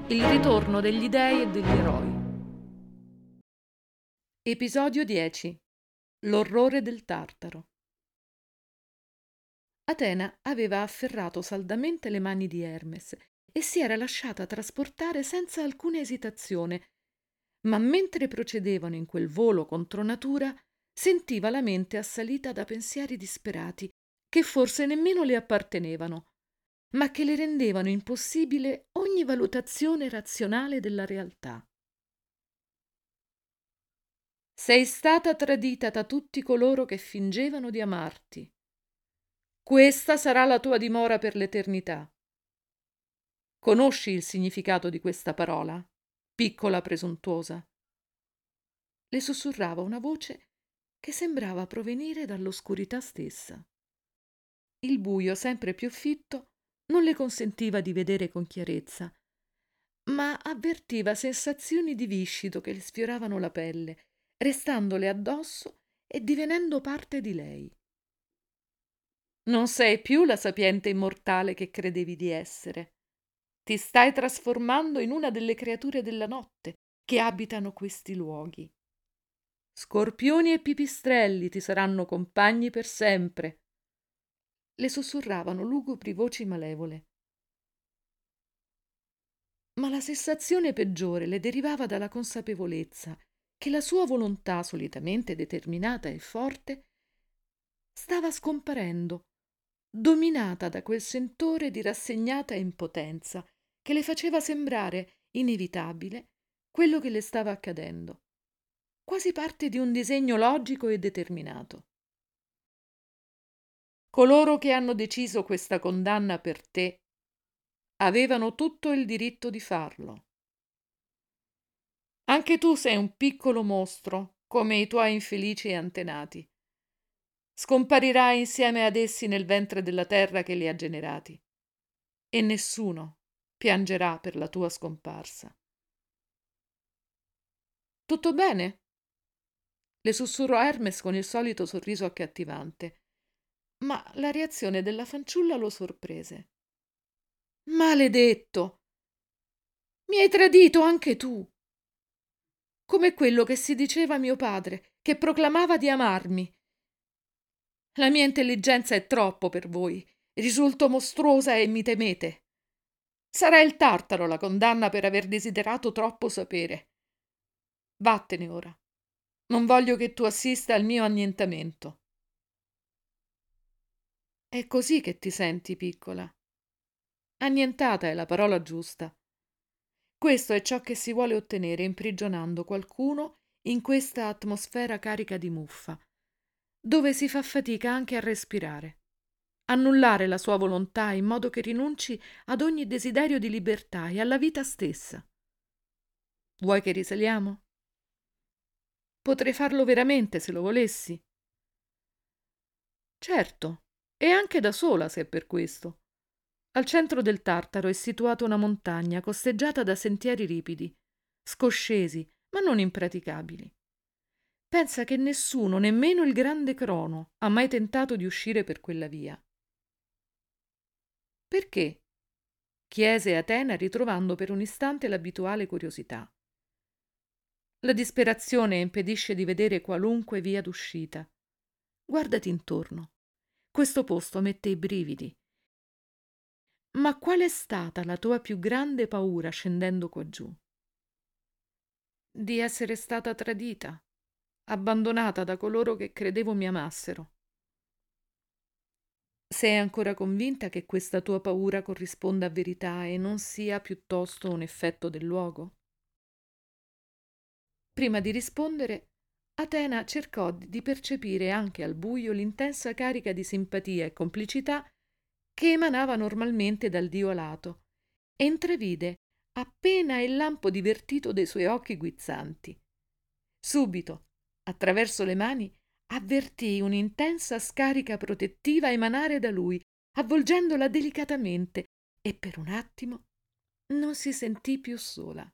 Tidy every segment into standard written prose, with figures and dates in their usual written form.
Il ritorno degli dei e degli eroi. Episodio 10. L'orrore del Tartaro. Atena aveva afferrato saldamente le mani di Hermes e si era lasciata trasportare senza alcuna esitazione, ma mentre procedevano in quel volo contro natura, sentiva la mente assalita da pensieri disperati che forse nemmeno le appartenevano, ma che le rendevano impossibile ogni valutazione razionale della realtà. Sei stata tradita da tutti coloro che fingevano di amarti. Questa sarà la tua dimora per l'eternità. Conosci il significato di questa parola, piccola presuntuosa? Le sussurrava una voce che sembrava provenire dall'oscurità stessa. Il buio, sempre più fitto, non le consentiva di vedere con chiarezza, ma avvertiva sensazioni di viscido che le sfioravano la pelle, restandole addosso e divenendo parte di lei. Non sei più la sapiente immortale che credevi di essere. Ti stai trasformando in una delle creature della notte che abitano questi luoghi. Scorpioni e pipistrelli ti saranno compagni per sempre. Le sussurravano lugubri voci malevole. Ma la sensazione peggiore le derivava dalla consapevolezza che la sua volontà, solitamente determinata e forte, stava scomparendo, dominata da quel sentore di rassegnata impotenza che le faceva sembrare inevitabile quello che le stava accadendo, quasi parte di un disegno logico e determinato. Coloro che hanno deciso questa condanna per te avevano tutto il diritto di farlo. Anche tu sei un piccolo mostro, come i tuoi infelici antenati. Scomparirai insieme ad essi nel ventre della terra che li ha generati, e nessuno piangerà per la tua scomparsa. Tutto bene? Le sussurrò Hermes con il solito sorriso accattivante, ma la reazione della fanciulla lo sorprese. Maledetto! Mi hai tradito anche tu! Come quello che si diceva mio padre, che proclamava di amarmi. La mia intelligenza è troppo per voi. Risulto mostruosa e mi temete. Sarà il Tartaro la condanna per aver desiderato troppo sapere. Vattene ora. Non voglio che tu assista al mio annientamento. È così che ti senti, piccola. Annientata è la parola giusta. Questo è ciò che si vuole ottenere imprigionando qualcuno in questa atmosfera carica di muffa, dove si fa fatica anche a respirare. Annullare la sua volontà in modo che rinunci ad ogni desiderio di libertà e alla vita stessa. Vuoi che risaliamo? Potrei farlo veramente se lo volessi. Certo, e anche da sola se è per questo. Al centro del Tartaro è situata una montagna costeggiata da sentieri ripidi, scoscesi, ma non impraticabili. Pensa che nessuno, nemmeno il grande Crono, ha mai tentato di uscire per quella via. Perché? Chiese Atena ritrovando per un istante l'abituale curiosità. La disperazione impedisce di vedere qualunque via d'uscita. Guardati intorno. Questo posto mette i brividi. Ma qual è stata la tua più grande paura scendendo qua giù? Di essere stata tradita, abbandonata da coloro che credevo mi amassero. Sei ancora convinta che questa tua paura corrisponda a verità e non sia piuttosto un effetto del luogo? Prima di rispondere, Atena cercò di percepire anche al buio l'intensa carica di simpatia e complicità che emanava normalmente dal dio alato e intravide appena il lampo divertito dei suoi occhi guizzanti. Subito, attraverso le mani, avvertì un'intensa scarica protettiva emanare da lui, avvolgendola delicatamente, e per un attimo non si sentì più sola.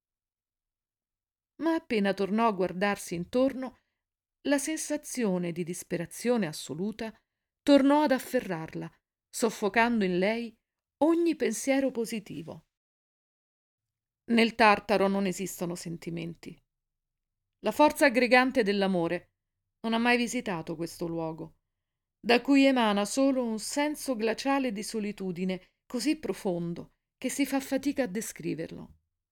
Ma appena tornò a guardarsi intorno, la sensazione di disperazione assoluta tornò ad afferrarla, soffocando in lei ogni pensiero positivo. Nel Tartaro non esistono sentimenti. La forza aggregante dell'amore non ha mai visitato questo luogo, da cui emana solo un senso glaciale di solitudine così profondo che si fa fatica a descriverlo.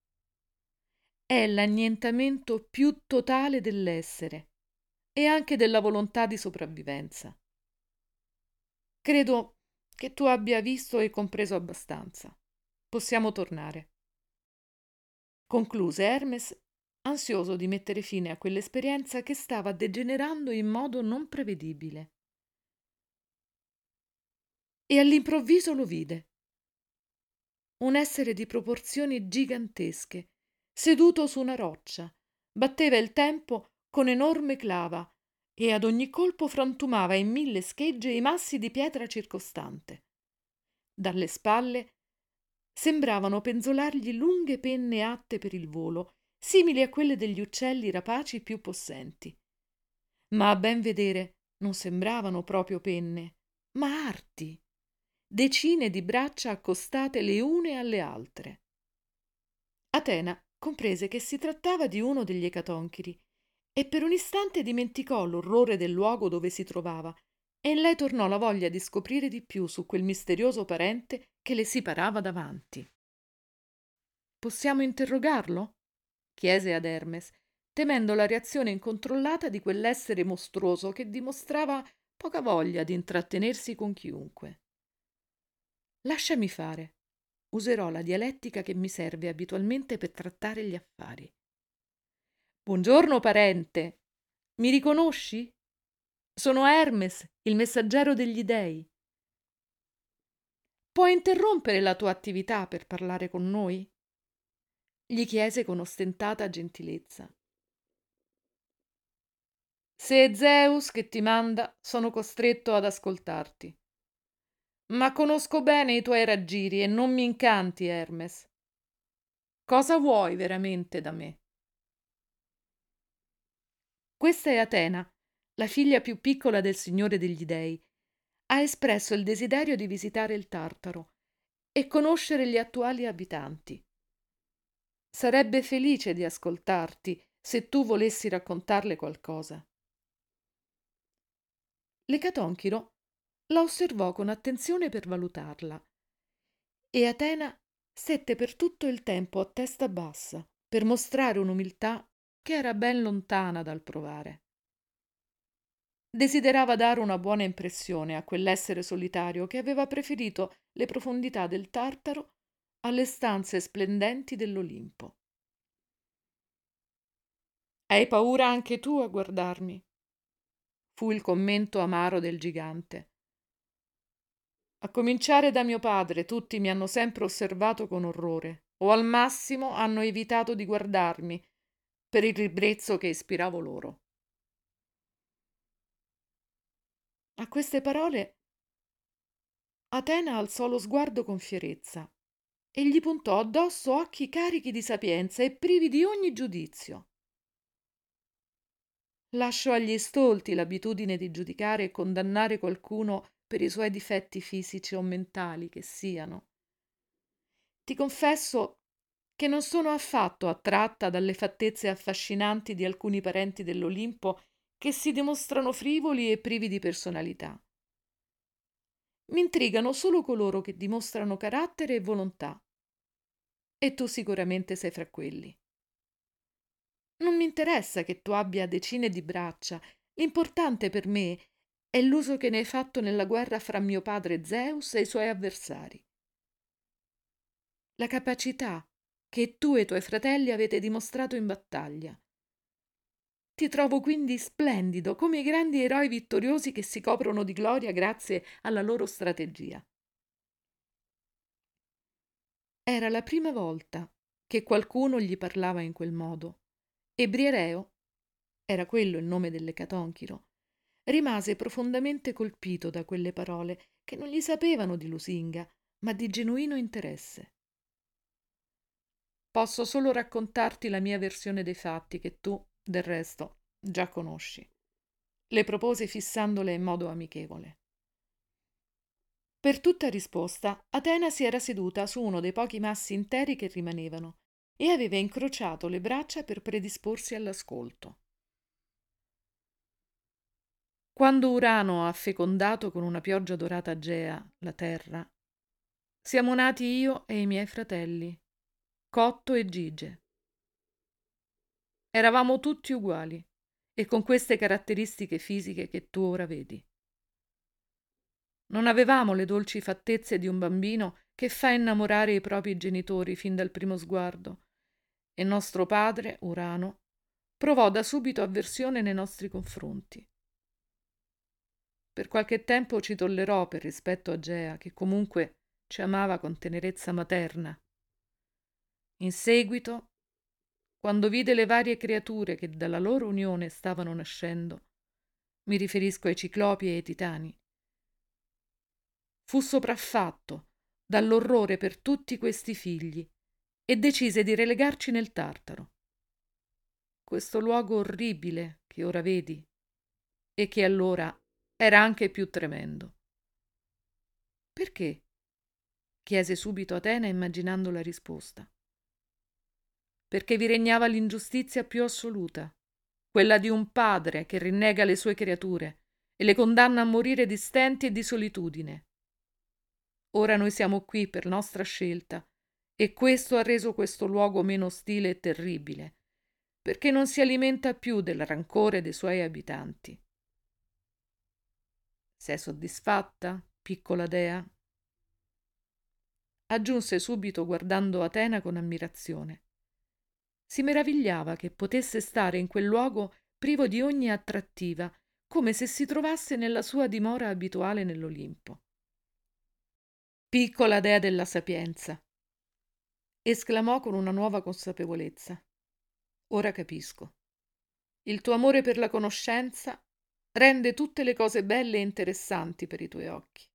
È l'annientamento più totale dell'essere e anche della volontà di sopravvivenza. Credo che tu abbia visto e compreso abbastanza. Possiamo tornare. Concluse Hermes, ansioso di mettere fine a quell'esperienza che stava degenerando in modo non prevedibile. E all'improvviso lo vide. Un essere di proporzioni gigantesche, seduto su una roccia, batteva il tempo con enorme clava e ad ogni colpo frantumava in 1000 schegge i massi di pietra circostante. Dalle spalle sembravano penzolargli lunghe penne atte per il volo, simili a quelle degli uccelli rapaci più possenti. Ma a ben vedere non sembravano proprio penne, ma arti, decine di braccia accostate le une alle altre. Atena comprese che si trattava di uno degli ecatonchiri e per un istante dimenticò l'orrore del luogo dove si trovava e in lei tornò la voglia di scoprire di più su quel misterioso parente che le si parava davanti. Possiamo interrogarlo? Chiese ad Hermes, temendo la reazione incontrollata di quell'essere mostruoso che dimostrava poca voglia di intrattenersi con chiunque. Lasciami fare. Userò la dialettica che mi serve abitualmente per trattare gli affari. Buongiorno, parente. Mi riconosci? Sono Hermes, il messaggero degli dei. Puoi interrompere la tua attività per parlare con noi? Gli chiese con ostentata gentilezza. Se è Zeus che ti manda, sono costretto ad ascoltarti. Ma conosco bene i tuoi raggiri e non mi incanti, Hermes. Cosa vuoi veramente da me? Questa è Atena, la figlia più piccola del Signore degli Dei. Ha espresso il desiderio di visitare il Tartaro e conoscere gli attuali abitanti. Sarebbe felice di ascoltarti se tu volessi raccontarle qualcosa. L'ecatonchiro la osservò con attenzione per valutarla e Atena stette per tutto il tempo a testa bassa per mostrare un'umiltà che era ben lontana dal provare. Desiderava dare una buona impressione a quell'essere solitario che aveva preferito le profondità del Tartaro alle stanze splendenti dell'Olimpo. Hai paura anche tu a guardarmi? Fu il commento amaro del gigante. A cominciare da mio padre, tutti mi hanno sempre osservato con orrore, o al massimo hanno evitato di guardarmi per il ribrezzo che ispiravo loro. A queste parole Atena alzò lo sguardo con fierezza e gli puntò addosso occhi carichi di sapienza e privi di ogni giudizio. Lascio agli stolti l'abitudine di giudicare e condannare qualcuno per i suoi difetti fisici o mentali che siano. Ti confesso che non sono affatto attratta dalle fattezze affascinanti di alcuni parenti dell'Olimpo che si dimostrano frivoli e privi di personalità. Mi intrigano solo coloro che dimostrano carattere e volontà. E tu sicuramente sei fra quelli. Non mi interessa che tu abbia decine di braccia. L'importante per me è l'uso che ne hai fatto nella guerra fra mio padre Zeus e i suoi avversari. La capacità che tu e i tuoi fratelli avete dimostrato in battaglia. Ti trovo quindi splendido, come i grandi eroi vittoriosi che si coprono di gloria grazie alla loro strategia. Era la prima volta che qualcuno gli parlava in quel modo e Briereo, era quello il nome dell'ecatonchiro, rimase profondamente colpito da quelle parole che non gli sapevano di lusinga, ma di genuino interesse. Posso solo raccontarti la mia versione dei fatti che tu, del resto, già conosci. Le propose fissandole in modo amichevole. Per tutta risposta, Atena si era seduta su uno dei pochi massi interi che rimanevano e aveva incrociato le braccia per predisporsi all'ascolto. Quando Urano ha fecondato con una pioggia dorata Gea la terra, siamo nati io e i miei fratelli, Cotto e Gige. Eravamo tutti uguali e con queste caratteristiche fisiche che tu ora vedi. Non avevamo le dolci fattezze di un bambino che fa innamorare i propri genitori fin dal primo sguardo, e nostro padre, Urano, provò da subito avversione nei nostri confronti. Per qualche tempo ci tollerò per rispetto a Gea, che comunque ci amava con tenerezza materna. In seguito, quando vide le varie creature che dalla loro unione stavano nascendo, mi riferisco ai ciclopi e ai titani, fu sopraffatto dall'orrore per tutti questi figli e decise di relegarci nel Tartaro. Questo luogo orribile che ora vedi e che allora era anche più tremendo. Perché? Chiese subito Atena immaginando la risposta. Perché vi regnava l'ingiustizia più assoluta, quella di un padre che rinnega le sue creature e le condanna a morire di stenti e di solitudine. Ora noi siamo qui per nostra scelta e questo ha reso questo luogo meno ostile e terribile, perché non si alimenta più del rancore dei suoi abitanti. Sei soddisfatta, piccola dea? Aggiunse subito guardando Atena con ammirazione. Si meravigliava che potesse stare in quel luogo privo di ogni attrattiva, come se si trovasse nella sua dimora abituale nell'Olimpo. Piccola dea della sapienza, esclamò con una nuova consapevolezza. Ora capisco. Il tuo amore per la conoscenza rende tutte le cose belle e interessanti per i tuoi occhi.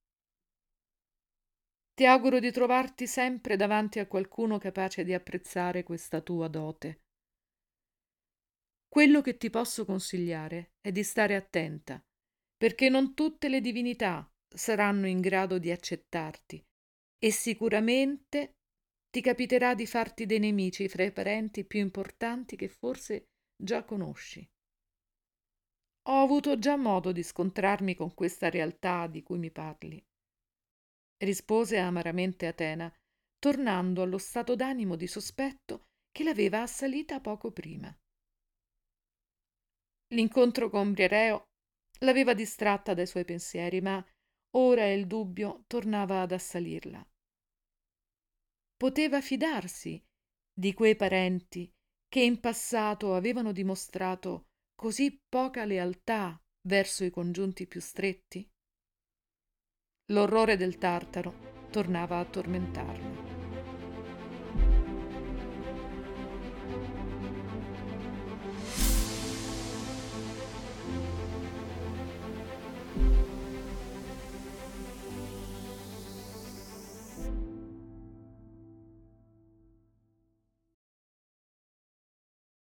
Ti auguro di trovarti sempre davanti a qualcuno capace di apprezzare questa tua dote. Quello che ti posso consigliare è di stare attenta, perché non tutte le divinità saranno in grado di accettarti e sicuramente ti capiterà di farti dei nemici fra i parenti più importanti che forse già conosci. Ho avuto già modo di scontrarmi con questa realtà di cui mi parli, rispose amaramente Atena, tornando allo stato d'animo di sospetto che l'aveva assalita poco prima. L'incontro con Briareo l'aveva distratta dai suoi pensieri, ma ora il dubbio tornava ad assalirla. Poteva fidarsi di quei parenti che in passato avevano dimostrato così poca lealtà verso i congiunti più stretti? L'orrore del Tartaro tornava a tormentarlo.